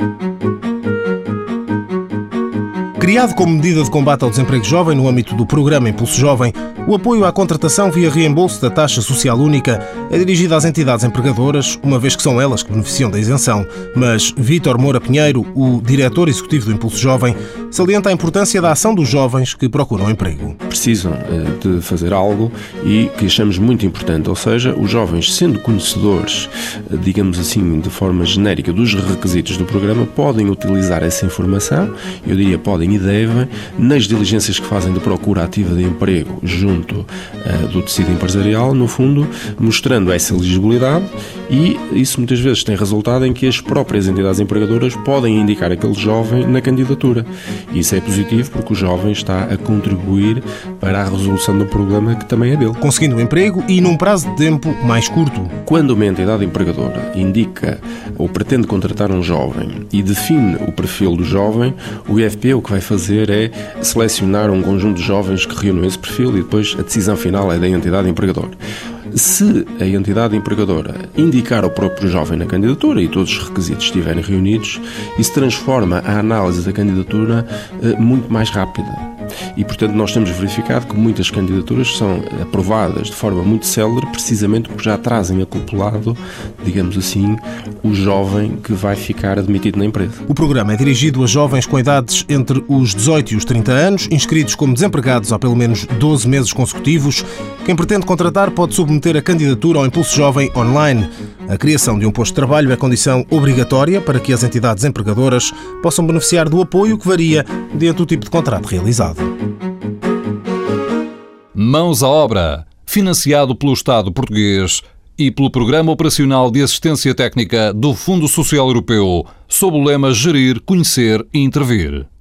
Criado como medida de combate ao desemprego jovem no âmbito do programa Impulso Jovem, o apoio à contratação via reembolso da taxa social única é dirigido às entidades empregadoras, uma vez que são elas que beneficiam da isenção. Mas Vítor Moura Pinheiro, o diretor executivo do Impulso Jovem, salienta a importância da ação dos jovens que procuram emprego. Precisam de fazer algo e que achamos muito importante, ou seja, os jovens, sendo conhecedores, digamos assim, de forma genérica, dos requisitos do programa, podem utilizar essa informação, eu diria podem e devem, nas diligências que fazem de procura ativa de emprego junto do tecido empresarial, no fundo, mostrando essa elegibilidade, e isso muitas vezes tem resultado em que as próprias entidades empregadoras podem indicar aquele jovem na candidatura. E isso é positivo porque o jovem está a contribuir para a resolução do problema que também é dele. Conseguindo um emprego e num prazo de tempo mais curto. Quando uma entidade empregadora indica ou pretende contratar um jovem e define o perfil do jovem, o IFP o que vai fazer é selecionar um conjunto de jovens que reúnam esse perfil e depois a decisão final é da entidade empregadora. Se a entidade empregadora indicar o próprio jovem na candidatura e todos os requisitos estiverem reunidos, isso transforma a análise da candidatura muito mais rápida. E, portanto, nós temos verificado que muitas candidaturas são aprovadas de forma muito célere, precisamente porque já trazem acoplado, digamos assim, o jovem que vai ficar admitido na empresa. O programa é dirigido a jovens com idades entre os 18 e os 30 anos, inscritos como desempregados há pelo menos 12 meses consecutivos. Quem pretende contratar pode submeter a candidatura ao Impulso Jovem online. A criação de um posto de trabalho é condição obrigatória para que as entidades empregadoras possam beneficiar do apoio que varia dentro do tipo de contrato realizado. Mãos à obra, financiado pelo Estado português e pelo Programa Operacional de Assistência Técnica do Fundo Social Europeu, sob o lema Gerir, Conhecer e Intervir.